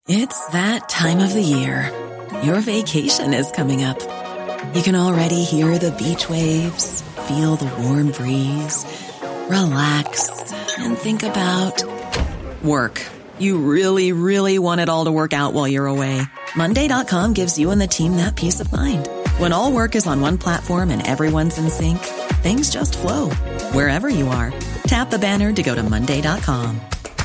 It's that time of the year. Your vacation is coming up. You can already hear the beach waves, feel the warm breeze, relax, and think about work. You really, really want it all to work out while you're away. Monday.com gives you and the team that peace of mind. When all work is on one platform and everyone's in sync, things just flow. Wherever you are, tap the banner to go to Monday.com.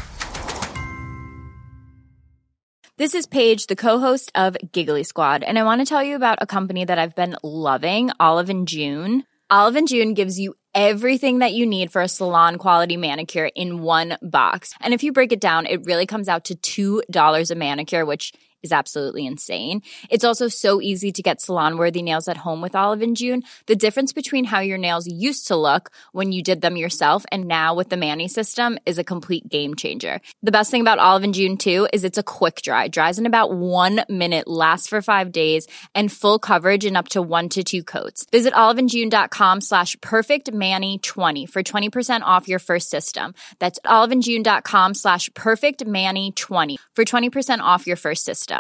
This is Paige, the co-host of Giggly Squad, and I want to tell you about a company that I've been loving, Olive & June. Olive & June gives you everything that you need for a salon-quality manicure in one box. And if you break it down, it really comes out to $2 a manicure, which is absolutely insane. It's also so easy to get salon-worthy nails at home with Olive & June. The difference between how your nails used to look when you did them yourself and now with the Mani system is a complete game changer. The best thing about Olive & June, too, is it's a quick dry. Dries in about 1 minute, lasts for 5 days, and full coverage in up to 1 to 2 coats. Visit oliveandjune.com/perfectmani20 for 20% off your first system. That's oliveandjune.com/perfectmani20 for 20% off your first system.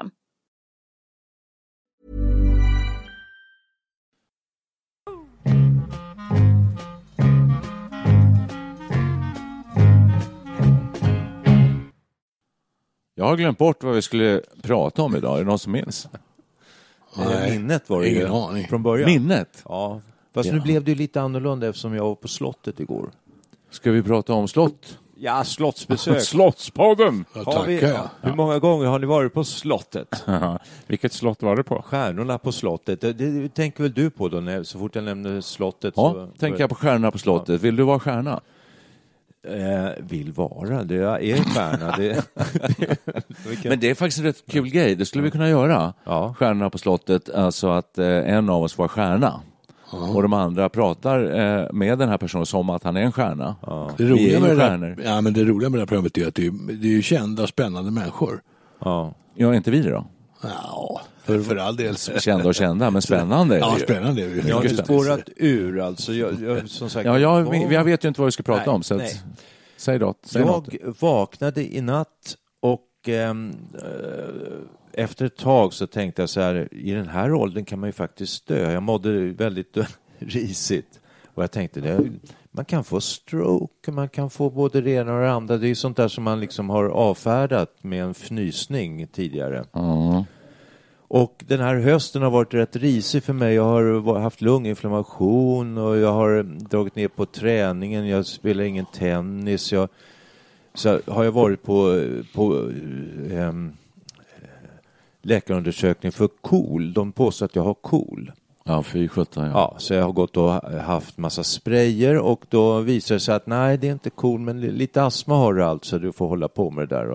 Jag har glömt bort vad vi skulle prata om idag. Är det någon som minns? Minnet var det ingen aning. Från början. Minnet? Ja, fast nu blev det ju lite annorlunda eftersom jag var på slottet igår. Ska vi prata om slott? Ja, slottsbesök. Slottspodden! Hur många gånger har ni varit på slottet? Vilket slott var det på? Stjärnorna på slottet. Det tänker väl du på då så fort jag nämner slottet? Ja, så tänker jag på stjärnorna på slottet. Vill du vara stjärna? Vill vara, det är stjärna. Men det är faktiskt en rätt kul grej. Det skulle vi kunna göra. Ja. Stjärnorna på slottet, alltså att en av oss var stjärna. Och de andra pratar med den här personen som att han är en stjärna. Ja. Det roliga med det roliga med det här programmet är att det är ju kända, spännande människor. Ja, inte vi då? Ja, för all del. Kända, men spännande. Ja, spännande. Jag har inte spårat ur, alltså. Som sagt, jag vet ju inte vad vi ska prata om. Så att, säg något. Jag vaknade i natt och efter ett tag så tänkte jag så här, i den här åldern kan man ju faktiskt dö. Jag mådde väldigt risigt. Och jag tänkte, man kan få stroke, man kan få både det ena och det andra. Det är ju sånt där som man liksom har avfärdat med en fnysning tidigare. Och den här hösten har varit rätt risig för mig. Jag har haft lunginflammation och jag har dragit ner på träningen. Jag spelar ingen tennis. Så har jag varit på läkarundersökning för KOL. De påstår att jag har KOL. Ja, 417. Ja, så jag har gått och haft massa sprayer och då visar det sig att nej, det är inte KOL, men lite astma har du alltså. Du får hålla på med det där.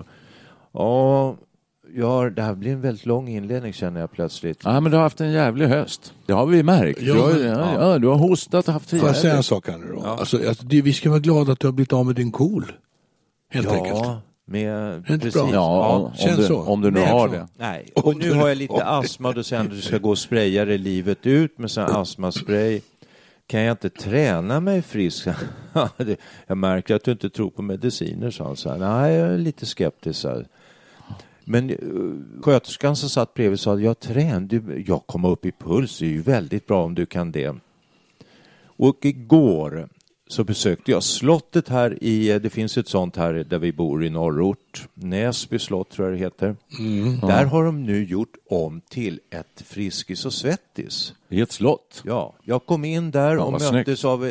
Ja, det här blir en väldigt lång inledning känner jag plötsligt. Ja, men du har haft en jävlig höst. Det har vi märkt. Du har hostat och haft tid. Får jag säga en sak här nu då? Ja. Alltså, vi ska vara glada att du har blivit av med din KOL. Helt enkelt. Precis. Ja, om du nu har det. Nej, och nu har jag lite astma och då säger du ska gå och spraya det livet ut med sån astmaspray. Kan jag inte träna mig frisk? Jag märker att du inte tror på mediciner, sa han så här. Nej, jag är lite skeptisk så här. Men sköterskan som satt bredvid sa att jag kommer upp i puls, det är ju väldigt bra om du kan det. Och igår så besökte jag slottet här det finns ett sånt här där vi bor i norrort, Näsby slott tror jag det heter. Där har de nu gjort om till ett Friskis och Svettis. I ett slott? Ja, jag kom in där och möttes av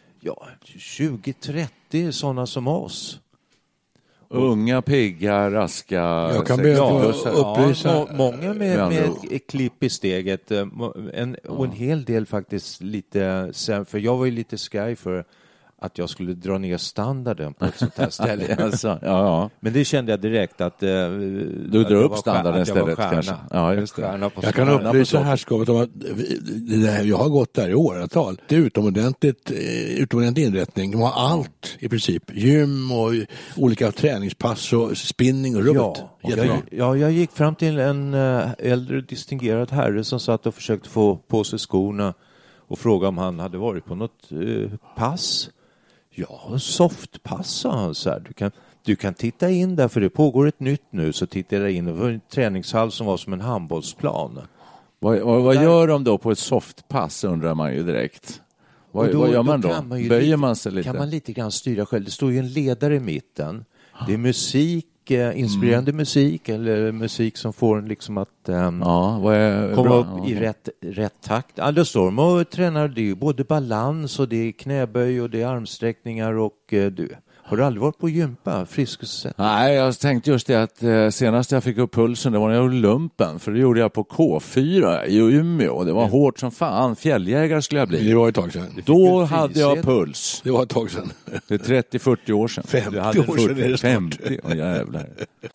20-30 sådana som oss. Unga, pigga, raska. Jag kan upplysa. Många med ett klipp i steget. Och en hel del faktiskt lite. För jag var ju lite skraj för att jag skulle dra ner standarden på ett sånt här ställe. Alltså, Men det kände jag direkt att du drar upp standarden istället kanske. Ja, just det. Jag kan upplysa härskapet om att jag har gått där i åratal. Det är utomordentlig inrättning. De har allt i princip. Gym och olika träningspass och spinning och rubbet. Jag gick fram till en äldre distingerad herre som satt och försökte få på sig skorna och frågade om han hade varit på något pass. Ja, softpass, sa han så här. Du kan titta in där, för det pågår ett nytt nu, så tittar jag in. Det var en träningshall som var som en handbollsplan. Vad gör de då på ett softpass, undrar man ju direkt. Vad gör man då? Böjer man sig lite? Kan man lite grann styra själv. Det står ju en ledare i mitten. Det är musik, inspirerande musik, eller musik som får en liksom att komma upp i rätt takt. Ja, då står de och tränar. Det är både balans och det är knäböj och det är armsträckningar och Har du aldrig varit på gympa, Friskhuset? Nej, jag tänkte just det att senast jag fick upp pulsen, det var när jag gjorde lumpen. För det gjorde jag på K4 i Umeå. Det var hårt som fan. Fjälljägare skulle jag bli. Det var ett tag sedan. Då hade jag puls. Det var ett tag sedan. Det är 30-40 år sedan. 50 år sedan är det snart. 50, jävlar.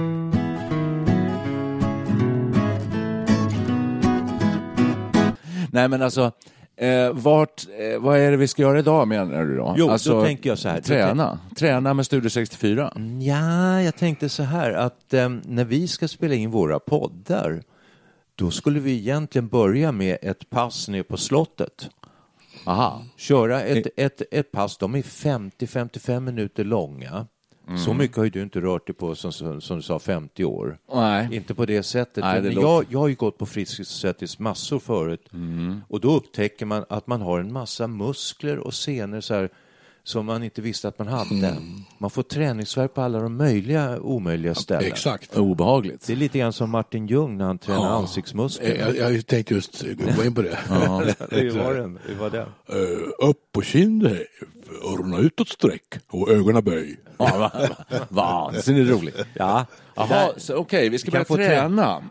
Nej, men alltså... vad är det vi ska göra idag, menar du då? Jo, alltså, då tänker jag så här. Träna med Studio 64. Ja, jag tänkte så här att när vi ska spela in våra poddar, då skulle vi egentligen börja med ett pass ner på slottet. Aha. Köra ett pass, de är 50-55 minuter långa. Så mycket har ju du inte rört dig på som du sa 50 år. Nej. Inte på det sättet. Nej, jag har ju gått på Friskhuset massor förut. Och då upptäcker man att man har en massa muskler och senor så här, som man inte visste att man hade. Man får träningsvärk på alla de omöjliga ställen. Exakt. Obehagligt. Det är lite grann som Martin Ljung när han tränar ansiktsmuskler. Jag tänkte just gå in på det. Hur var det? Upp på kinden, öronen utåt sträck och ögonen böj. Ja, vansinnigt roligt. Ja. Jaha, okej, vi ska börja träna.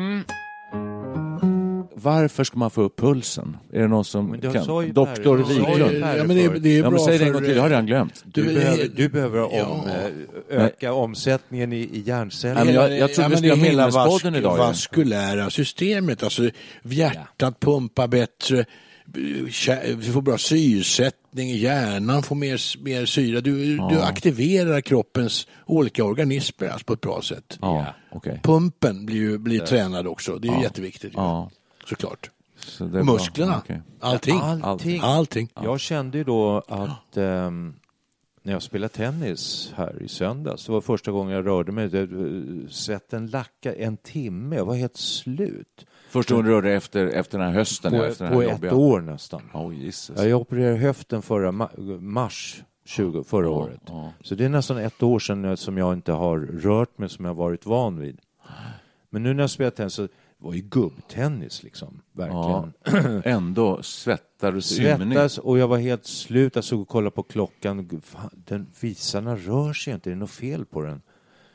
Varför ska man få upp pulsen? Är det någon som kan? Doktor Wiklund. Ja, men det är bra. Säg det en gång till, jag har redan glömt. Du behöver öka omsättningen i hjärnceller. Jag tror vi ska ha minnespodden idag. Det vaskulära systemet, alltså hjärtat pumpar bättre, vi får bra syresättning, hjärnan får mer syre, du aktiverar kroppens olika organismer alltså på ett bra sätt. Okay. Pumpen blir tränad också, det är ju jätteviktigt. Såklart. Så det är musklerna, okay. Allting. Jag kände ju då att när jag spelade tennis här i söndags, det var första gången jag rörde mig, svetten lackade en timme, jag var helt slut. Första gången du rörde efter den här hösten? På ett år nästan. Jesus. Jag opererade höften mars förra året. Så det är nästan ett år sedan som jag inte har rört mig som jag varit van vid. Men nu när jag spelar tennis så var ju gubbtennis liksom, verkligen. Ja. Ändå svettas och jag var helt slut. Jag såg och kollade på klockan. Den visarna rör sig inte, det är något fel på den.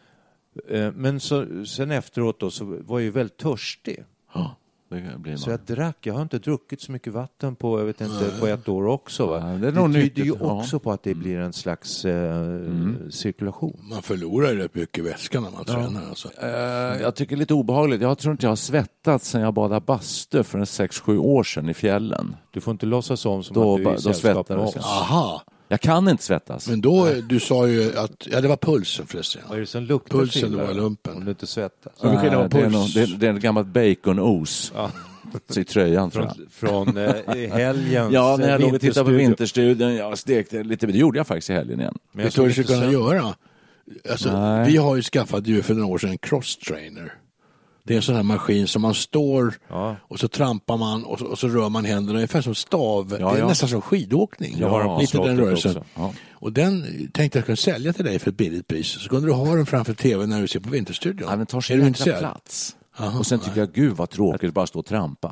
Men sen efteråt då så var jag ju väldigt törstig. Ja, det blir man. Så jag har inte druckit så mycket vatten på, jag vet inte, på ett år också. Va? Ja, det tyder ju också på att det blir en slags cirkulation. Man förlorar rätt mycket vätska när man tränar. Alltså. Jag tycker det är lite obehagligt. Jag tror inte jag har svettats sedan jag badade bastu för 6-7 år sedan i fjällen. Du får inte låtsas om som att du är i sällskap med oss. Aha. Jag kan inte svettas. Men då, du sa ju att, det var pulsen förresten. Vad är det som luktar? Pulsen, det var lumpen. Om du inte svettas. Det är en gammalt baconos. Ja. I tröjan från helgen. Ja, när jag låg och tittade på Vinterstudion, jag stekte lite, det gjorde jag faktiskt i helgen igen. Men jag tror du skulle kunna göra. Alltså, vi har ju skaffat ju för några år sedan en cross-trainer. Det är en sån här maskin som man står och så trampar man och så rör man händerna ungefär som stav. Det är nästan som skidåkning. Lite den rörelsen. Och den tänkte jag kunna sälja till dig för ett billigt pris. Så kunde du ha den framför tv när du ser på Vinterstudion. Ja, den tar sig en plats. Och sen tycker jag, gud vad tråkigt, bara stå och trampa.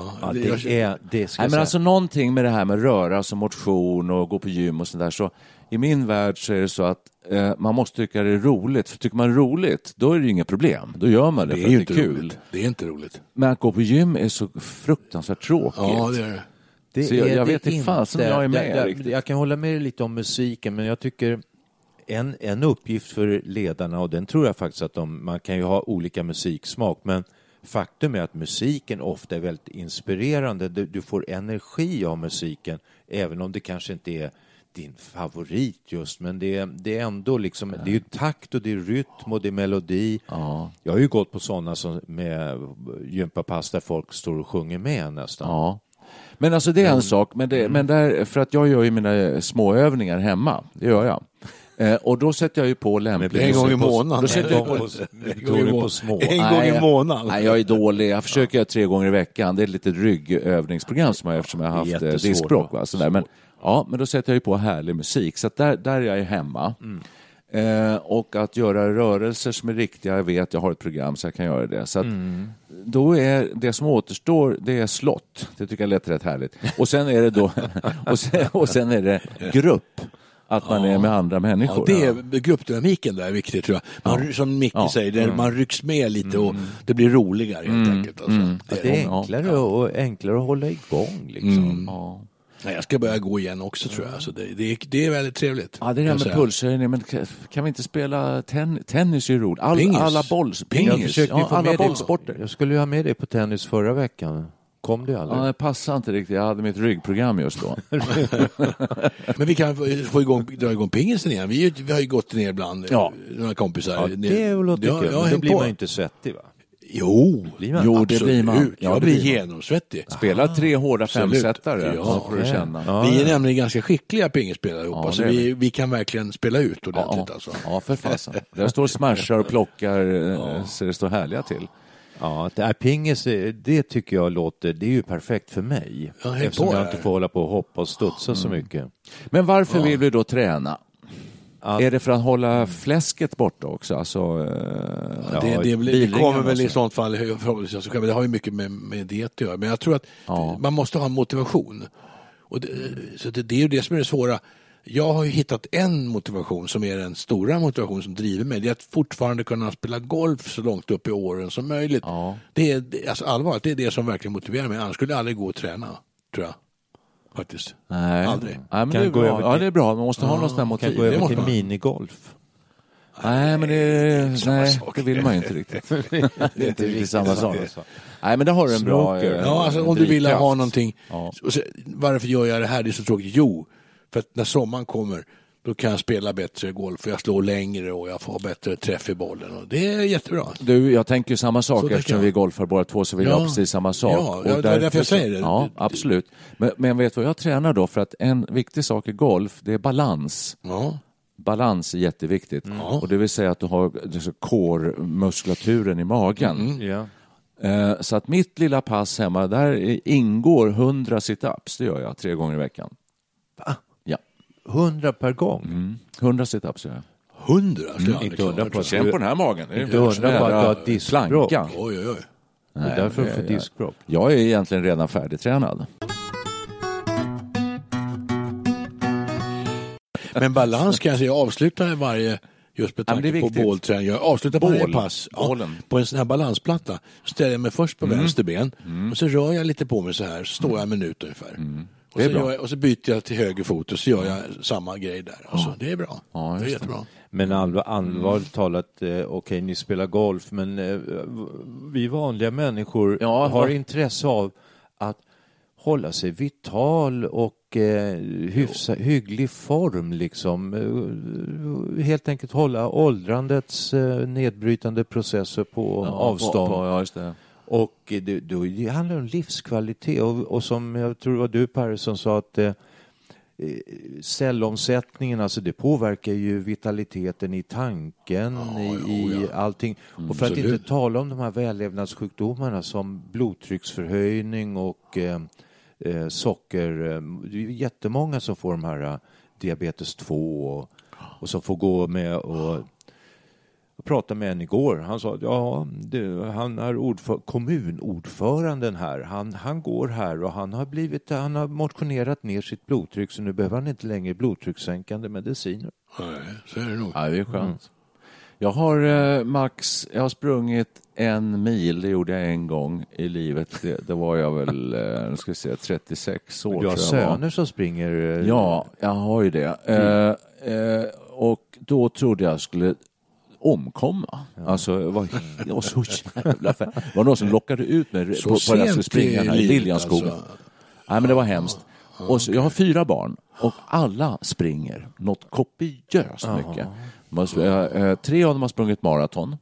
Men alltså någonting med det här med röra som motion och gå på gym och sånt där. Så i min värld så är det så att man måste tycka det är roligt. För tycker man det är roligt, då är det inget problem. Då gör man det för att det är kul. Roligt. Det är inte roligt. Men att gå på gym är så fruktansvärt tråkigt. Ja, det är det. Så jag vet inte fan som jag är med riktigt. Jag kan hålla med lite om musiken, men jag tycker en uppgift för ledarna, och den tror jag faktiskt att man kan ju ha olika musiksmak, men faktum är att musiken ofta är väldigt inspirerande. Du får energi av musiken, även om det kanske inte är din favorit just, men det är ändå liksom, det är ju takt och det är rytm och det är melodi. Jag har ju gått på sådana som med gympapass där folk står och sjunger med nästan. Men alltså det är en sak, men där, för att jag gör ju mina småövningar hemma, det gör jag. Och då sätter jag ju på lämpligt. En gång i månaden. Då sätter jag på små. En gång i månaden. Nej, jag är dålig. Jag försöker göra 3 gånger i veckan. Det är ett litet ryggövningsprogram som jag, eftersom jag har haft diskbråck. Men då sätter jag ju på härlig musik. Så att där är jag hemma. Och att göra rörelser som är riktiga, jag vet, jag har ett program så jag kan göra det. Så att då är det som återstår, det är slott. Det tycker jag lät rätt härligt. Och sen är det då och sen är det grupp. Att man är med andra människor. Ja, det är gruppdynamiken där är viktigt, tror jag. Som Micke säger, man rycks med lite och det blir roligare helt enkelt. Alltså. Det är enklare att hålla igång liksom. Nej, jag ska börja gå igen också, tror jag. Så det är väldigt trevligt. Ja, det är det med pulshöjning. Men kan vi inte spela tennis är roligt? Alla bollsporter. Jag skulle ju ha med dig på tennis förra veckan. Kom du aldrig? Ja, det passade inte riktigt. Jag hade mitt ryggprogram just då. Men vi kan dra igång pingisen igen. Vi har ju gått ner ibland, några kompisar. Ja, det låter kul. Då blir man ju inte svettig, va? Jo, det blir man. Jag blir genomsvettig. Spela 3 hårda 5-sättare, så får du känna. Vi är nämligen ganska skickliga pingisspelare ihop, så vi kan verkligen spela ut ordentligt. Alltså. Ja, för fasen. Där står smashar och plockar, så det står härliga till. Ja, pingis, det tycker jag låter, det är ju perfekt för mig. Eftersom jag inte får hålla på och hoppa och studsa så mycket. Men varför vill vi då träna? Är det för att hålla fläsket borta också? Alltså, det kommer väl i sånt fall, det har ju mycket med det att göra. Men jag tror att man måste ha en motivation. Och det är ju det som är det svåra. Jag har ju hittat en motivation som är den stora motivation som driver mig. Det är att fortfarande kunna spela golf så långt upp i åren som möjligt. Ja. Det är alltså allvarligt, det är det som verkligen motiverar mig. Annars skulle jag aldrig gå och träna, tror jag. Faktiskt. Nej. Aldrig. Nej, men det är bra. Det är bra. Man måste ha någon sån här motiv. Kan gå över till minigolf. Nej, men det vill man ju inte riktigt. Det är inte riktigt samma sak. Nej, men det har du en bra... Ja, alltså om du vill ha någonting... Ja. Varför gör jag det här? Det är så tråkigt. Jo, för att när sommaren kommer, då kan jag spela bättre golf. För jag slår längre och jag får bättre träff i bollen. Och det är jättebra. Du, jag tänker ju samma sak. Eftersom vi golfar båda två, så vill jag precis samma sak. Ja, och det är därför jag säger det. Ja, absolut. Men vet du vad jag tränar då? För att en viktig sak i golf, det är balans. Ja. Balans är jätteviktigt. Och det vill säga att du har core-muskulaturen i magen. Så att mitt lilla pass hemma, där ingår 100 sit-ups. Det gör jag 3 gånger i veckan. Va? Ja. 100 per gång? 100 sit-ups gör jag. 100? Inte 100 på känn på den här magen. Inte 100 på att du har diskbråck. Oj. Det är därför du får diskbråck. Jag är egentligen redan färdigtränad. Men balans kan jag säga, jag avslutar varje, just med tanke på bollträning, jag avslutar varje pass på en sån här balansplatta. Så ställer jag mig först på vänster ben och så rör jag lite på mig så här, så står jag en minut ungefär. Och så byter jag till höger fot och så gör jag samma grej där. Alltså, det är bra. Ja, det är jättebra. Men allvarligt talat, okej, ni spelar golf, men vi vanliga människor har intresse av att hålla sig vital och hygglig form liksom. Helt enkelt hålla åldrandets nedbrytande processer på avstånd. Just det. Och det handlar om livskvalitet och som jag tror det var du, Per, som sa att cellomsättningen, alltså det påverkar ju vitaliteten i tanken, i allting. Och för att inte tala om de här vällevnadssjukdomarna som blodtrycksförhöjning och socker. Det är jättemånga som får de här diabetes 2 och som får gå med och prata med en igår. Han sa han är kommunordföranden här. Han går här och han har motionerat ner sitt blodtryck, så nu behöver han inte längre blodtryckssänkande mediciner. Nej, så är det nog. Ja, det är skönt. Jag har sprungit 1 mil, det gjorde jag en gång i livet. Det var jag väl, 36 år. Du har söner som springer? Ja, jag har ju det. Och då trodde jag skulle omkomma. Alltså, det var så jävla fett. Det var någon som lockade ut mig på att jag skulle springa här i Liljanskogen. Alltså. Nej, men det var hemskt. Och så, jag har 4 barn och alla springer något kopiöst mycket. 3 av dem har sprungit maraton.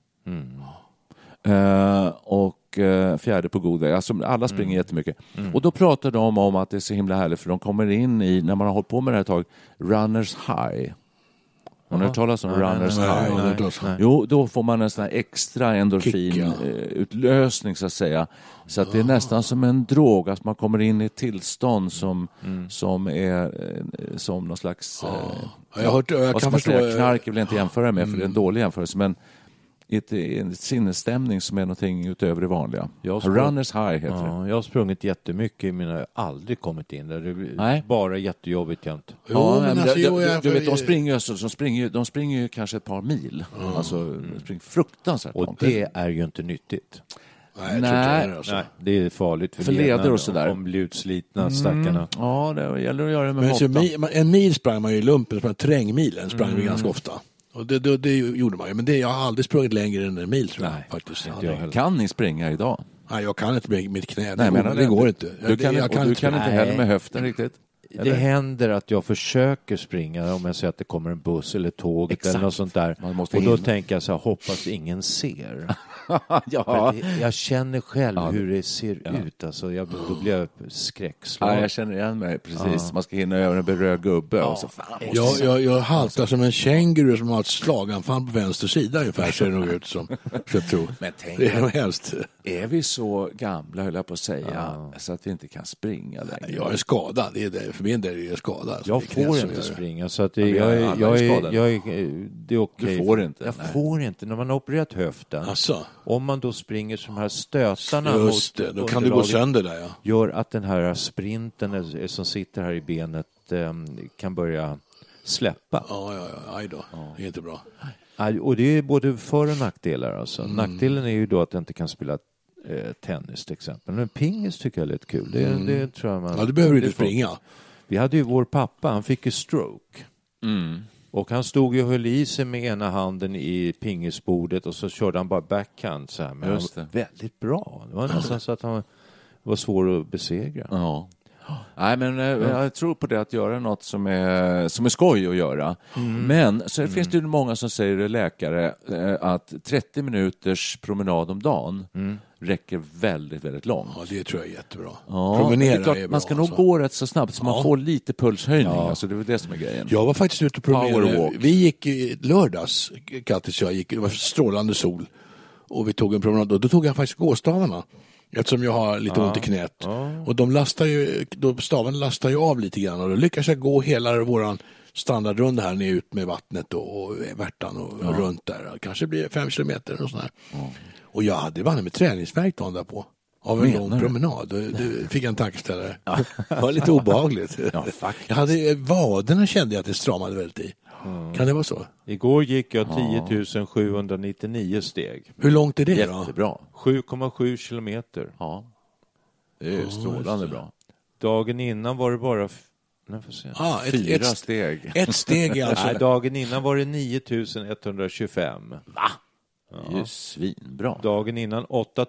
Och 4 på god väg. Alltså, alla springer jättemycket. Och då pratar de om att det är så himla härligt, för de kommer in i, när man har hållit på med det här ett tag, runners high. Har ni hört talas om runners high? Jo, då får man en sån här extra endorfin-utlösning så att säga. Så att det är nästan som en drog, att man kommer in i ett tillstånd som är som någon slags... Jag kan förstå... Knark vill jag inte jämföra med, för det är en dålig jämförelse, men en sinnesstämning som är någonting utöver det vanliga. Runners high heter det. Jag har sprungit jättemycket, men jag har aldrig kommit in där. Det är bara jättejobbigt jämt. De springer ju kanske ett par mil. Alltså, de springer fruktansvärt långt. Och det är ju inte nyttigt. Nej, det är farligt för leder och sådär. De blir utslitna stackarna. Ja, det gäller att göra det med måtta. En mil sprang man ju i lumpen, trängmilen sprang vi ganska ofta. Och det gjorde man ju, men jag har aldrig sprungit längre än en mil, tror jag. Faktiskt. Kan ni springa idag? Nej, jag kan inte med mitt knä. Det går inte. Du kan inte heller med höften riktigt. Eller? Det händer att jag försöker springa om jag ser att det kommer en buss eller tåg eller något sånt där. Och då tänker jag så här, hoppas ingen ser. Jag känner själv hur det ser ut. Alltså, då blir jag skräckslag. Ja, jag känner igen mig, precis. Man ska hinna över en beröd gubbe. Och så, jag haltar som en känguru som har ett slaganfall på vänster sida ungefär, ser det nog ut som. Jag tror. Men tänk, det är nog helst. Är vi så gamla, höll jag på att säga, så att vi inte kan springa längre? Jag är skadad. Det är det. För min del är jag skadad. Jag får inte springa, så att det är okej. Du får inte? Jag får inte. När man har opererat höften, om man då springer som här stötarna just det, då kan du gå sönder där. Gör att den här sprinten som sitter här i benet kan börja släppa. Aj då. Det är inte bra. Och det är både för- och nackdelar. Alltså. Nackdelen är ju då att jag inte kan spela tennis till exempel. Men pingis tycker jag är lite kul. Det tror jag man... Ja, det behöver du inte springa. Vi hade ju vår pappa, han fick ju stroke. Och han stod ju och höll i sig med ena handen i pingisbordet och så körde han bara backhand så här. Men han var väldigt bra. Det var nästan så att han var svår att besegra. Ja. Nej, men jag tror på det, att göra något som är skoj att göra. Men så finns det ju många som säger, läkare, att 30 minuters promenad om dagen räcker väldigt, väldigt långt. Ja, det tror jag är jättebra. Ja, promenera är bra, man ska nog gå rätt så snabbt så man får lite pulshöjning. Alltså, det är väl det som är grejen. Jag var faktiskt ute och promenerade. Vi gick i lördags, Kattis och jag gick, det var strålande sol. Och vi tog en promenad, och då tog jag faktiskt gåstavarna. Eftersom jag har lite ont i knät. Och staven lastar ju av lite grann. Och då lyckas jag gå hela våran standardrunda här ner ut med vattnet och värtan och runt där. Kanske blir 5 kilometer och sådär. Och jag hade bara med träningsvärk dagen där på. Av en lång promenad. Du fick en tankställare. Det var lite obehagligt. Jag hade vaderna, kände jag att det stramade väldigt i. Kan det vara så? Igår gick jag 10 799 steg. Hur långt är det? Jättebra. 7,7 kilometer. Ja. Det är strålande bra. Dagen innan var det bara 4 steg. Ett steg alltså. Nej, dagen innan var det 9125. Va? Ja. Just svinbra. Dagen innan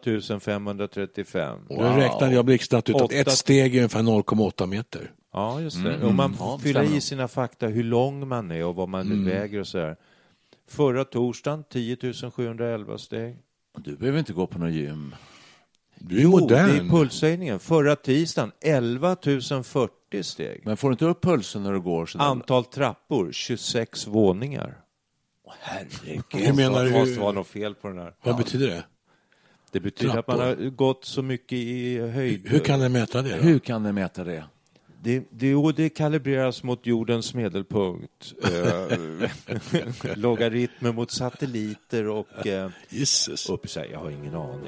8535. Då räknade jag blixtsnabbt ut att ett steg är ungefär 0,8 meter. Ja, just det. Och man fyller i sina fakta, hur lång man är och vad man väger och så där. Förra torsdagen 10 711 steg. Du behöver inte gå på någon gym. Du är modern. Det är pulshöjningen. Förra tisdagen 11 040 steg. Men får du inte upp pulsen när du går? Så antal trappor 26 våningar. Herregud. Hur menar du? Det måste vara något fel på den här. Vad betyder det? Det betyder trappor. Att man har gått så mycket i höjd. Hur kan det mäta det då? Hur kan det mäta det? Det kalibreras mot jordens medelpunkt. Logaritmer mot satelliter och jag har ingen aning.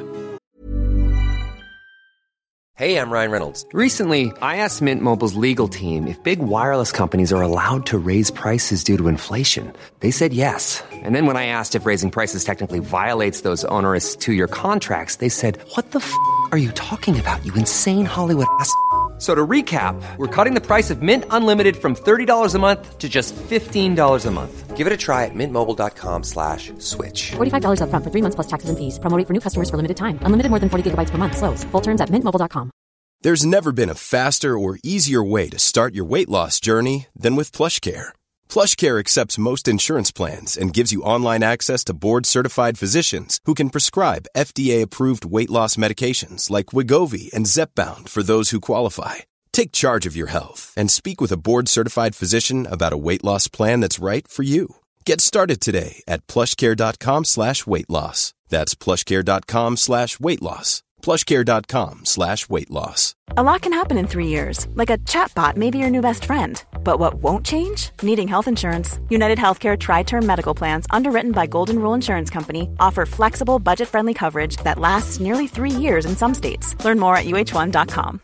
Hey, I'm Ryan Reynolds. Recently, I asked Mint Mobile's legal team if big wireless companies are allowed to raise prices due to inflation. They said yes. And then when I asked if raising prices technically violates those onerous 2-year contracts, they said, "What the are you talking about, you insane Hollywood ass?" So to recap, we're cutting the price of Mint Unlimited from $30 a month to just $15 a month. Give it a try at mintmobile.com/switch. $45 up front for 3 months plus taxes and fees. Promo rate for new customers for limited time. Unlimited more than 40 gigabytes per month. Slows full terms at mintmobile.com. There's never been a faster or easier way to start your weight loss journey than with PlushCare. PlushCare accepts most insurance plans and gives you online access to board-certified physicians who can prescribe FDA-approved weight loss medications like Wegovy and Zepbound for those who qualify. Take charge of your health and speak with a board-certified physician about a weight loss plan that's right for you. Get started today at plushcare.com/weight-loss. That's plushcare.com/weight-loss. plushcare.com/weight-loss. A lot can happen in 3 years, like a chatbot may be your new best friend. But what won't change? Needing health insurance. United Healthcare Tri-Term Medical Plans, underwritten by Golden Rule Insurance Company, offer flexible, budget-friendly coverage that lasts nearly 3 years in some states. Learn more at uh1.com.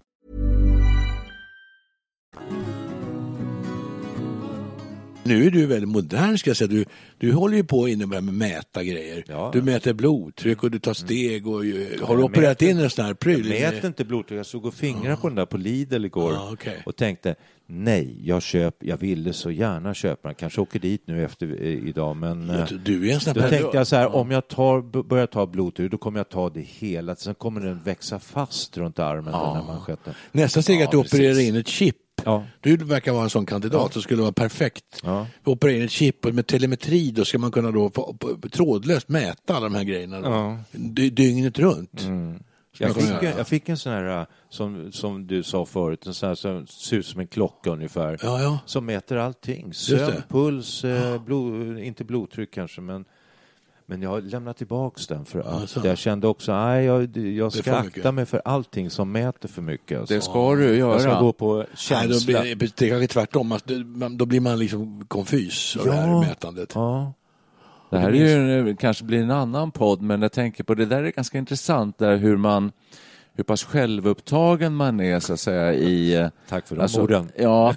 Nu är du väldigt modern, ska jag säga. Du håller ju på inne med mäta grejer. Ja. Du mäter blodtryck och du tar steg och har du opererat in en sån här pryl? Jag mäter inte blodtryck. Jag såg och fingrar på den där på Lidl igår och tänkte, nej, jag ville så gärna köpa den. Kanske åker dit nu efter idag, men du är en sån då tänkte jag så här, om jag börjar ta blodtryck, då kommer jag ta det hela. Sen kommer den växa fast runt armen, den här manschetten. Nästa steg är att du opererar in ett chip. Ja. Du verkar vara en sån kandidat som skulle vara perfekt. Operera in ett chip med telemetri, då ska man kunna då trådlöst mäta alla de här grejerna dygnet runt. Jag fick en sån här som du sa förut, en sån här som ser ut som en klocka ungefär, som mäter allting. Sömn, puls, inte blodtryck kanske, men jag har lämnat tillbaks den för att jag kände också jag ska akta mig för allting som mäter för mycket. Alltså. Det ska du göra. Jag ska gå på känsla. Det är kanske tvärtom. Då blir man liksom konfys av det här mätandet. Ja. Det här är ju, kanske blir en annan podd, men jag tänker på det där är ganska intressant där hur pass självupptagen man är, så att säga, i... Tack för de orden.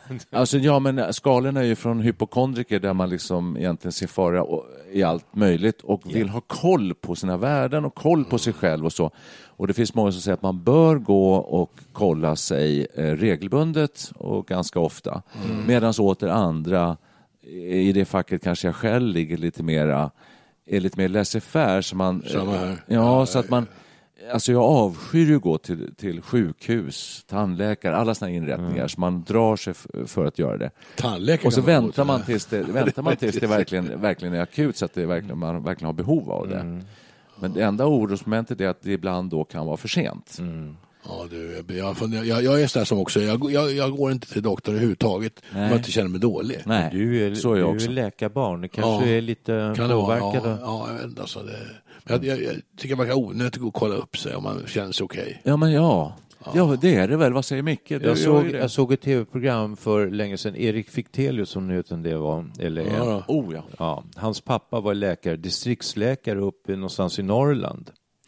Men skalorna är ju från hypokondriker där man liksom egentligen ser fara i allt möjligt och vill ha koll på sina värden och koll på sig själv och så. Och det finns många som säger att man bör gå och kolla sig regelbundet och ganska ofta. Medan åter andra, i det facket kanske jag själv ligger lite mer laissez-faire, så man... så att man... Alltså jag avskyr ju gå till sjukhus, tandläkare, alla såna inrättningar, så man drar sig för att göra det. Tandläkare, och så väntar man tills det verkligen är akut, så att man verkligen har behov av det. Men det enda orosmomentet är att det ibland då kan vara för sent. Ja, jag är sådär som också. Jag går inte till doktorn överhuvudtaget om jag inte känner mig dålig. Nej, du är läkarbarn. Det kanske är lite påverkad. Ja, jag vet inte. Alltså jag tycker man kan onödigt gå och kolla upp sig om man känner sig okej. Ja, men ja, det är det väl. Vad säger Micke? Jag såg ett tv-program för länge sedan. Erik Fichtelius, som nu utan det var. Ja, hans pappa var läkare, distriktsläkare uppe någonstans i Norrland.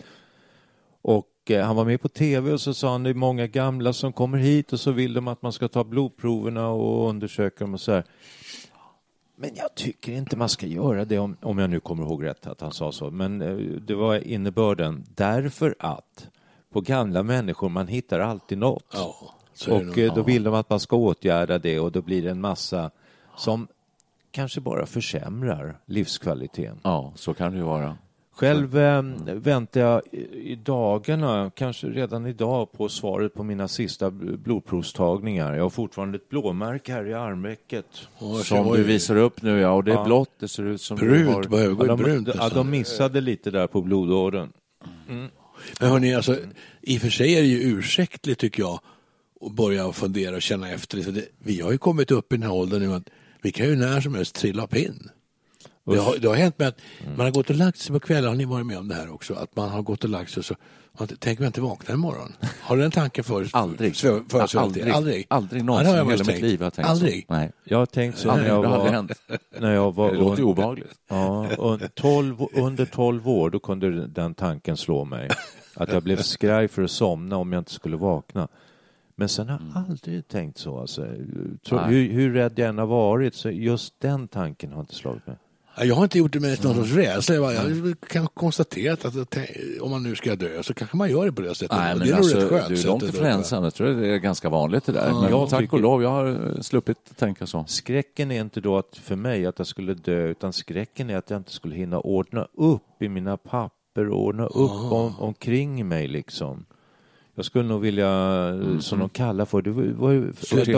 Och han var med på tv och så sa han, det är många gamla som kommer hit och så vill de att man ska ta blodproverna och undersöka dem och så här. Men jag tycker inte man ska göra det, om jag nu kommer ihåg rätt att han sa så. Men det var innebörden. Därför att på gamla människor man hittar alltid något. Ja, och då vill de att man ska åtgärda det, och då blir det en massa som kanske bara försämrar livskvaliteten. Ja, så kan det ju vara. Själv väntar jag i dagarna, kanske redan idag, på svaret på mina sista blodprovstagningar. Jag har fortfarande ett blåmärke här i armvecket. Som du visar upp nu, och det är blått. Det ser ut som brunt. De missade lite där på blodådern. Men hörni, alltså, i och för sig är det ju ursäktligt, tycker jag, att börja fundera och känna efter. Vi har ju kommit upp i den här åldern nu att vi kan ju när som helst trilla upp in. Det har hänt med att man har gått och lagt sig på kvällen. Har ni varit med om det här också? Att man har gått och lagt sig och så tänker man inte vakna imorgon. Har du den tanken för? Aldrig. Aldrig någonsin i hela mitt liv har jag tänkt aldrig. Så. Nej. Jag har tänkt så när jag var det låter obehagligt. Ja, under 12 år, då kunde den tanken slå mig. Att jag blev skraj för att somna om jag inte skulle vakna. Men sen har jag aldrig tänkt så. Alltså. Hur rädd jag än har varit, så just den tanken har inte slagit mig. Jag har inte gjort det med någon sorts rädsla. Jag kan konstatera att om man nu ska dö så kanske man gör det på det sättet. Nej, men det är alltså, rätt skönt. Du är långt ifrån ensam. Jag tror det är ganska vanligt det där. Men tack och lov, jag har sluppit tänka så. Skräcken är inte då för mig att jag skulle dö, utan skräcken är att jag inte skulle hinna ordna upp i mina papper och ordna upp omkring mig liksom. Jag skulle nog vilja, som de kallar för, det var ju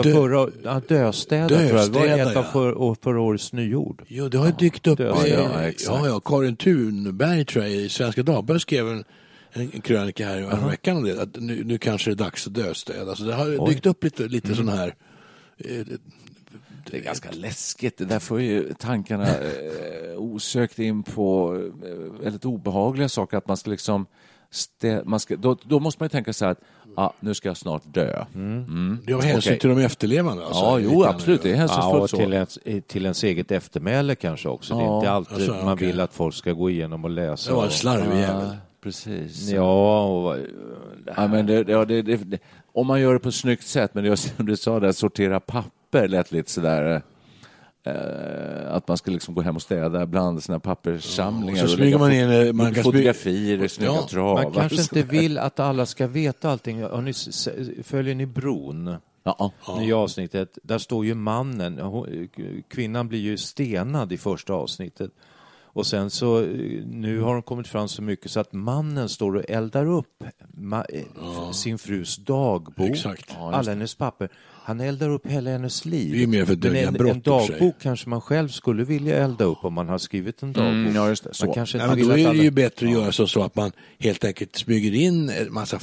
döstäder, tror jag. Det var ett av förra årets nyord. Jo, det har dykt upp. Karin Thunberg, tror jag, i Svenska Dagbladet skrev en krönika här i veckan om det, att nu kanske det är dags att döstäda. Så det har dykt upp lite sån här... Det är ganska läskigt. Det där får ju tankarna osökt in på väldigt obehagliga saker. Att man ska liksom... Då måste man ju tänka så här att nu ska jag snart dö. Det har hänsyn till de efterlevande. Alltså. Ja, jo, absolut. Det är hänsynsfullt så. Till ens eget eftermäle kanske också. Det är inte alltid man vill att folk ska gå igenom och läsa. Det var en slarvig jävel. Precis. Ja, men om man gör det på ett snyggt sätt, men det som du sa där, sortera papper lät lite sådär... att man ska liksom gå hem och städa bland sina papperssamlingar. Så smyger man in man kan fotografier, snygga travar. Man kanske inte vill att alla ska veta allting. Följer ni Bron? Ja. I avsnittet, där står ju mannen, kvinnan blir ju stenad i första avsnittet. Och sen så, nu har de kommit fram så mycket så att mannen står och eldar upp sin frus dagbok. Exakt. Alla hennes papper. Han eldar upp hela hennes liv. Det är mer för dödliga brott. En dagbok kanske man själv skulle vilja elda upp om man har skrivit en dagbok. Ja, just det. Så. Man kanske men då är det ju bättre att göra så att man helt enkelt smyger in en massa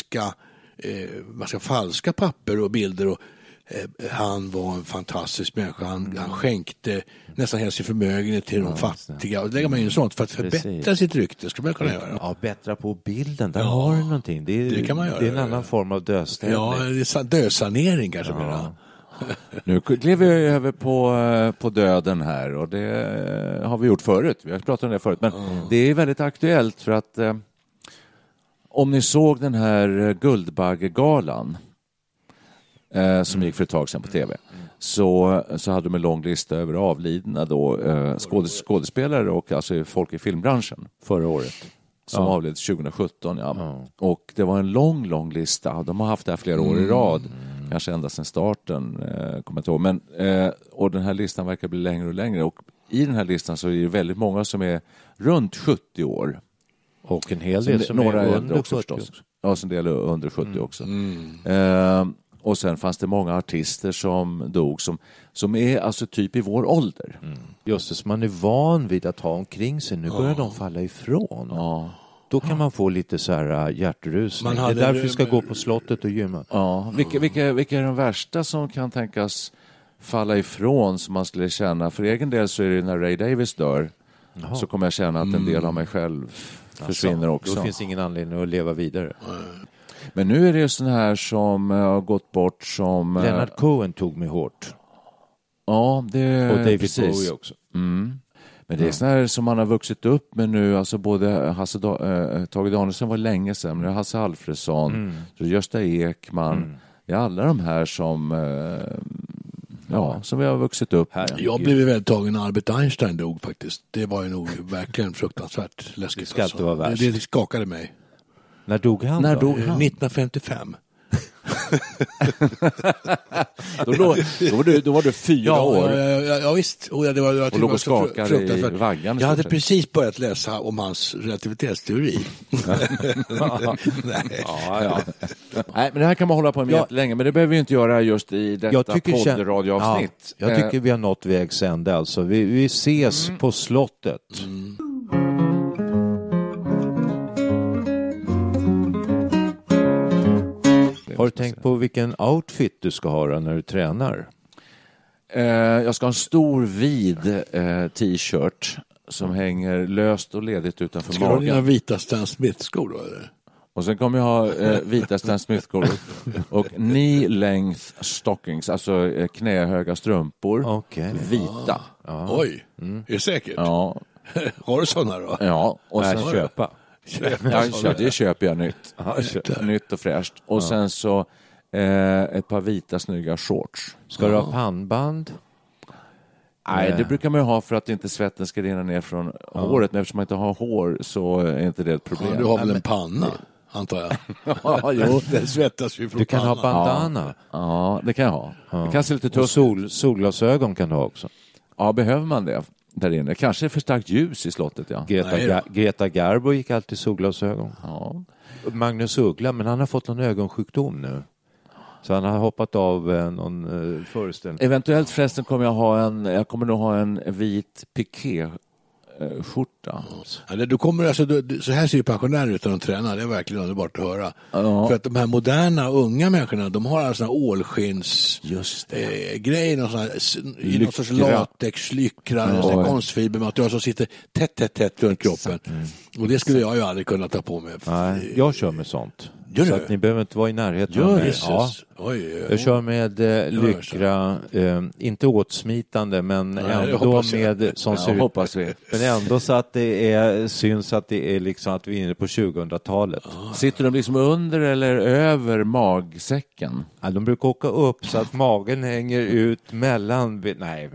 falska papper och bilder och han var en fantastisk människa. Han skänkte nästan hela sin förmögenhet till de fattiga. Och lägger man in sånt för att förbättra sitt rykte. Ska man kunna göra. Ja, bättra på bilden. Där har du någonting. Det kan man göra. Det är en annan form av dödställning. Ja, det är dödsanering kanske. Nu klev vi över på döden här. Och det har vi gjort förut. Vi har pratat om det förut. Men det är väldigt aktuellt för att om ni såg den här Guldbaggegalan som gick för ett tag sedan på tv, så hade de en lång lista över avlidna då, skådespelare och alltså folk i filmbranschen förra året som avled 2017. Och det var en lång lista. De har haft det här flera år i rad, kanske ända sedan starten, kommer jag inte ihåg. Men, och den här listan verkar bli längre och längre, och i den här listan så är det väldigt många som är runt 70 år. Och en hel del som några är under 70 förstås. Ja, en del under 70 också. Och sen fanns det många artister som dog som är alltså typ i vår ålder. Just det, som man är van vid att ha omkring sig. Nu börjar de falla ifrån. Då kan man få lite så här hjärtrusning. Det är därför vi ska gå på slottet och gymma. Ja. Vilka är de värsta som kan tänkas falla ifrån som man skulle känna? För egen del så är det när Ray Davies dör så kommer jag känna att en del av mig själv försvinner också. Då finns ingen anledning att leva vidare. Men nu är det ju sån här som har gått bort som... Leonard Cohen tog mig hårt. Ja, det... Och David Bowie också. Men det är sån här som man har vuxit upp med nu. Alltså både Tage Danielsson var länge sedan. Men Hasse Alfredson, Gösta Ekman. Det är alla de här som... som vi har vuxit upp. Jag blev väldigt tagen när Albert Einstein dog faktiskt. Det var ju nog verkligen fruktansvärt läskigt. Det ska inte vara värst. Det skakade mig. När dog han? 1955. Då var du 4 år. Ja, visst. Och det var och låg och skakade i vaggan. Jag hade precis börjat läsa om hans relativitetsteori. Nej, men det här kan man hålla på med länge. Men det behöver vi inte göra just i detta poddradioavsnitt. Jag tycker vi har nått vägs ände. Alltså. Vi ses på slottet. Har du tänkt på vilken outfit du ska ha när du tränar? Jag ska ha en stor vid t-shirt som hänger löst och ledigt utanför magen. Ska du ha dina vita Stan Smith-skor då, eller? Och sen kommer jag ha vita Stan Smith-skor och knee-length stockings, alltså knähöga strumpor. Okay. Vita. Oj, är det säkert? Ja. Har du sådana då? Ja. Och sen köpa. Det köper jag nytt. Nytt och fräscht. Och sen så ett par vita snygga shorts. Ska du ha pannband? Nej, det brukar man ju ha för att inte svetten ska rinna ner från håret. Men eftersom man inte har hår så är inte det ett problem. Du har väl en panna, antar jag? Jo, det svettas ju från du kan panna. Ha bandana. Ja, det kan jag ha. Det kan se lite tufft. Och solglasögon kan du ha också. Ja, behöver man det där inne? Kanske för starkt ljus i slottet, ja. Greta Garbo gick alltid solglasögon. Ja. Magnus Uggla, men han har fått någon ögonsjukdom nu. Så han har hoppat av någon föreställning. Eventuellt förresten kommer jag nog ha en vit piké skjorta. Ja, du kommer alltså, så här ser ju pensionärer ut när de tränar, det är verkligen underbart att höra. För att de här moderna unga människorna, de har alltså ålskins grejer, någon sorts latex, lyckra, konstfibermaterial som sitter tätt runt kroppen. Och det skulle jag ju aldrig kunna ta på mig. Nej, jag kör med sånt. Så att ni behöver inte vara i närheten av mig. Ja. Jag kör med lyckra, inte åtsmitande, men ändå med som ser ut. Men ändå så att det syns att det är liksom att vi är inne på 2000-talet. Sitter de liksom under eller över magsäcken? Ja, de brukar åka upp så att magen hänger ut mellan... Nej,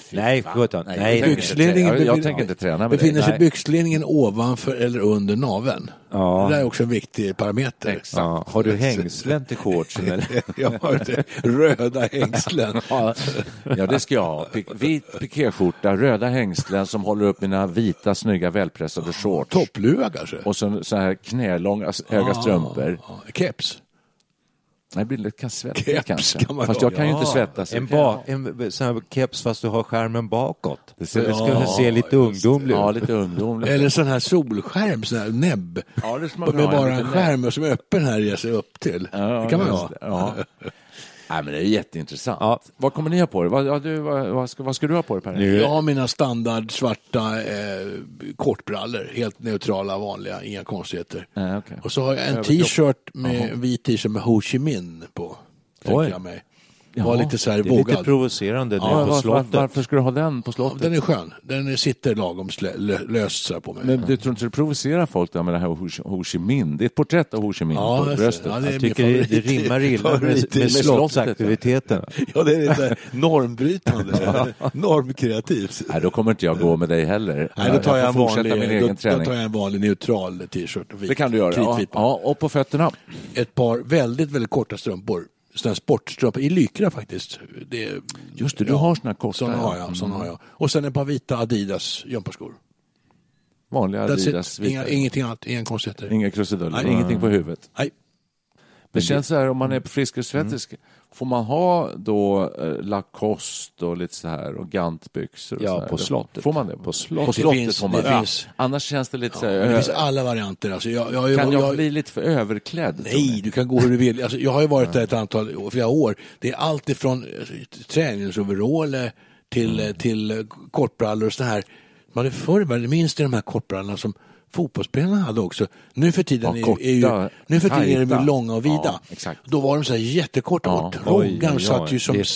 jag tänker inte träna med befinner sig byxlinningen ovanför eller under naveln? Ja. Det där är också en viktig parameter. Ja. Har du hängslen till shortsen? Eller? Jag har röda hängslen. Ja, det ska jag ha. Vit pikéskjorta, röda hängslen som håller upp mina vita, snygga, välpressade shorts. Toppluva kanske? Och så här knälånga, höga strumpor. Keps? Det blir lite svettigt kanske. Fast jag kan ju inte svettas. En sån här keps fast du har skärmen bakåt. Det ska se lite ungdomligt ut. Ja, lite ungdomligt. Eller sån här solskärm, sån här näbb. Ja, det med bara en skärm som är öppen här ger sig upp till. Ja, det kan man ha. Ja. Nej, men det är jätteintressant. Ja. Vad kommer ni ha på er? Vad ska du ha på dig, Per? Jag har mina standard svarta kortbrallor. Helt neutrala, vanliga. Inga konstigheter. Okay. Och så har jag en t-shirt med vit t-shirt med Ho Chi Minh på. Tänker jag mig. Var lite så här det är vågad. Lite provocerande på slottet. Varför ska du ha den på slottet? Den är skön. Den sitter lagom löst så här på mig. Men du tror inte du provocerar folk där med det här Ho Chi Minh? Det är ett porträtt av Ho Chi Minh på bröstet. Ja, jag tycker det rimmar illa med slottsaktiviteten. Ja, det är lite normbrytande. Normkreativt. Nej, då kommer inte jag gå med dig heller. Nej, då tar jag en vanlig neutral t-shirt. Det kan du göra. Ja, och på fötterna? Ett par väldigt, väldigt korta strumpor. Sådana sportstrumpor i lyckra faktiskt. Just det, du har såna korta. Sådana har jag. Och sen ett par vita Adidas gympaskor. Vanliga Adidas. Ingenting annat, inga konstigheter. Inga krusiduller, ingenting på huvudet. Nej. Det känns så här, om man är på Frisk och Svettisk, får man ha då Lacoste och lite så här och gantbyxor? Ja, så på slottet. Får man det? På slottet får man det. Finns. Annars känns det lite så här... Det finns alla varianter. Alltså, kan jag bli lite för överklädd? Nej, du kan gå hur du vill. Alltså, jag har ju varit där flera år. Det är allt ifrån träningsoveraller till kortbrallor och så här. Man är förr, minst i de här kortbrallorna som fotbollsspelarna hade också. Nu för tiden är de långa och vida. Ja, då var de så här jättekorta och trångan satt ju som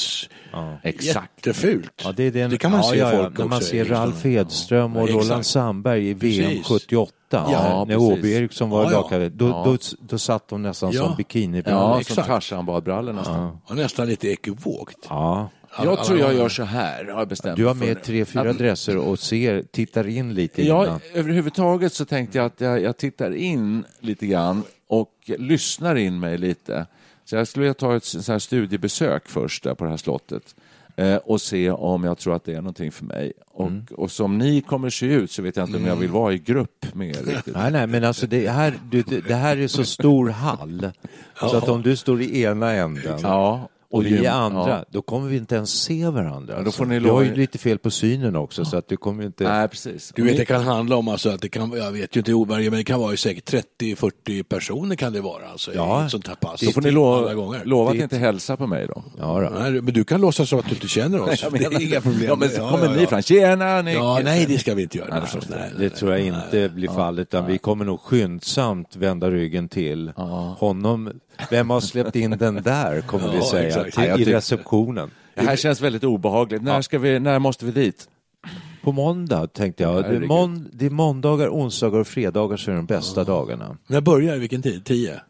jättefult. Ja, det kan man se folk också. När man ser Ralf Edström och Roland Sandberg i VM 78 när Åby Eriksson var lagkapten, då satt de nästan som bikinibrallor. Ja, som Tarzan-badbrallor nästan. Och nästan lite ekivokt. Ja. Jag tror jag gör så här, har bestämt. Du har med 3-4 dresser och tittar in lite innan. Ja, överhuvudtaget så tänkte jag att jag tittar in lite grann och lyssnar in mig lite. Så jag skulle ta ett så här studiebesök först där på det här slottet och se om jag tror att det är någonting för mig. Och som ni kommer se ut så vet jag inte om jag vill vara i grupp med er riktigt. Nej, men alltså det här är så stor hall så att om du står i ena änden och vi är andra, då kommer vi inte ens se varandra. Ja, då får ni du har ju lite fel på synen också, så att du kommer inte... Nej, precis. Du vet, det kan handla om alltså att det kan, jag vet ju inte ovarje, men det kan vara säkert 30-40 personer kan det vara alltså, i ett sånt här pass. Då får ni lova att inte hälsa på mig då. Ja, då. Nej, men du kan låtsas så att du inte känner oss. Det är inga problem. Ja, men kommer ni fram? Tjena, Nick. Ja, nej, det ska vi inte göra. Nej, det tror jag inte blir fallet, utan vi kommer nog skyndsamt vända ryggen till honom. Vem har släppt in den där, kommer vi säga, i receptionen. Det här känns väldigt obehagligt. När måste vi dit? På måndag, tänkte jag. Det är måndagar, onsdagar och fredagar som är de bästa dagarna. När börjar vilken tid? 10?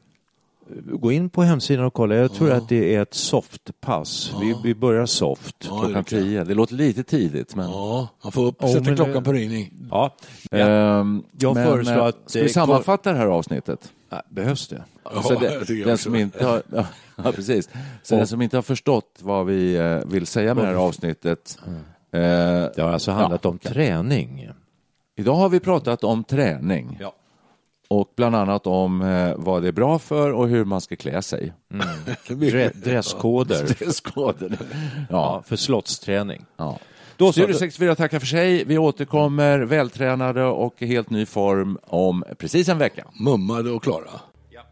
Gå in på hemsidan och kolla. Jag tror att det är ett softpass. Vi börjar soft. Klockan 10. Det låter lite tidigt. Men... Ja, man får sätta klockan på ringning. Ja. Jag föreslår att... Ska vi sammanfatta det här avsnittet? Behövs det? Den som inte har... Ja, precis. Så den som inte har förstått vad vi vill säga med det här avsnittet... Det har alltså handlat om träning. Idag har vi pratat om träning. Ja. Och bland annat om vad det är bra för och hur man ska klä sig. Dresskoder. Dresskoder. Ja, för slottsträning. Ja. Då Studio 64 tackar för sig. Vi återkommer vältränade och i helt ny form om precis en vecka. Mummade och klara. Ja.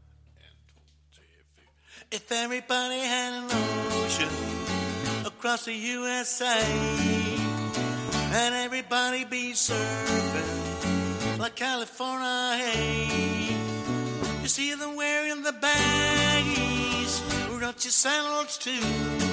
If everybody had an ocean across the USA and everybody be surfing like California, hey, you see them wearing the baggies, don't you sandals too,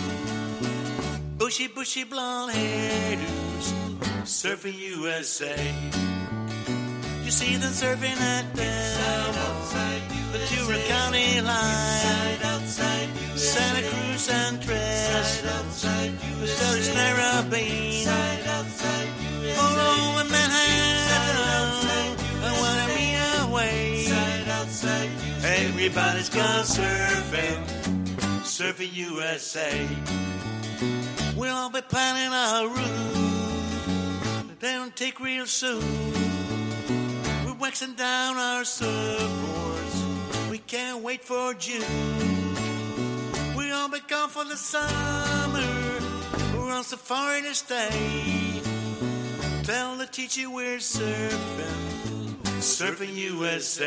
bushy blonde hairdos, surfing USA. You see them surfing at the Ventura County line, Santa Cruz and Tres, Southern Narrabeen, all over Manhattan, and what I mean away. Everybody's gone surfing USA. We'll all be planning our route, they don't take real soon. We're waxing down our surfboards, we can't wait for June. We'll all be gone for the summer, we're on safari to stay. Tell the teacher we're surfing USA.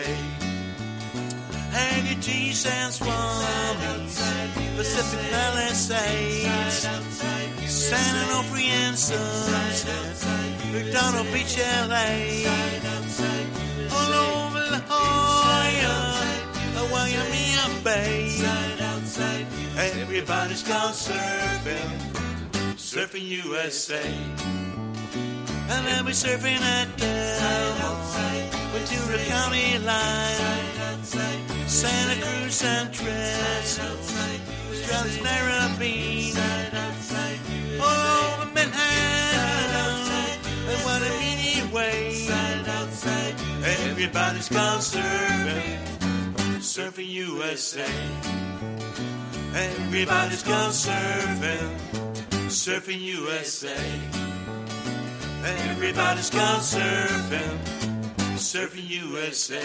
Haggerty's and Swami's, Pacific Palisades, San Onofre and Sunset, McDonald Beach, LA, all over La Jolla, Waimea Bay. Everybody's gone surfing USA. And they'll be surfing at Del Ventura County line, Santa Cruz and Tres, Strauss Narrabeen, all over Manhattan, and what a mean way. Everybody's gone surfing USA. Everybody's gone surfing USA. Everybody's gone surfing USA.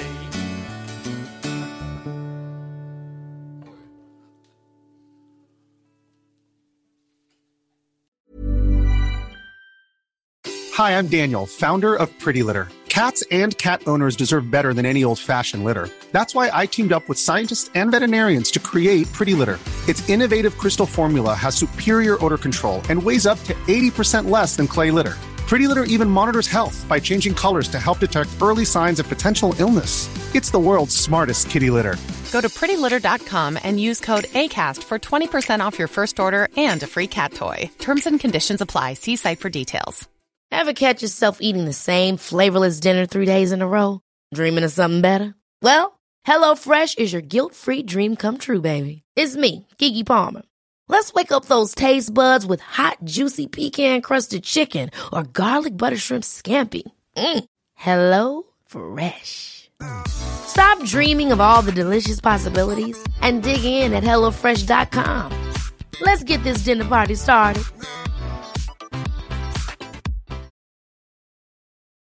Hi, I'm Daniel, founder of Pretty Litter. Cats and cat owners deserve better than any old-fashioned litter. That's why I teamed up with scientists and veterinarians to create Pretty Litter. Its innovative crystal formula has superior odor control and weighs up to 80% less than clay litter. Pretty Litter even monitors health by changing colors to help detect early signs of potential illness. It's the world's smartest kitty litter. Go to prettylitter.com and use code ACAST for 20% off your first order and a free cat toy. Terms and conditions apply. See site for details. Ever catch yourself eating the same flavorless dinner 3 days in a row? Dreaming of something better? Well, HelloFresh is your guilt-free dream come true, baby. It's me, Keke Palmer. Let's wake up those taste buds with hot, juicy pecan-crusted chicken or garlic butter shrimp scampi. Hello Fresh. Stop dreaming of all the delicious possibilities and dig in at HelloFresh.com. Let's get this dinner party started.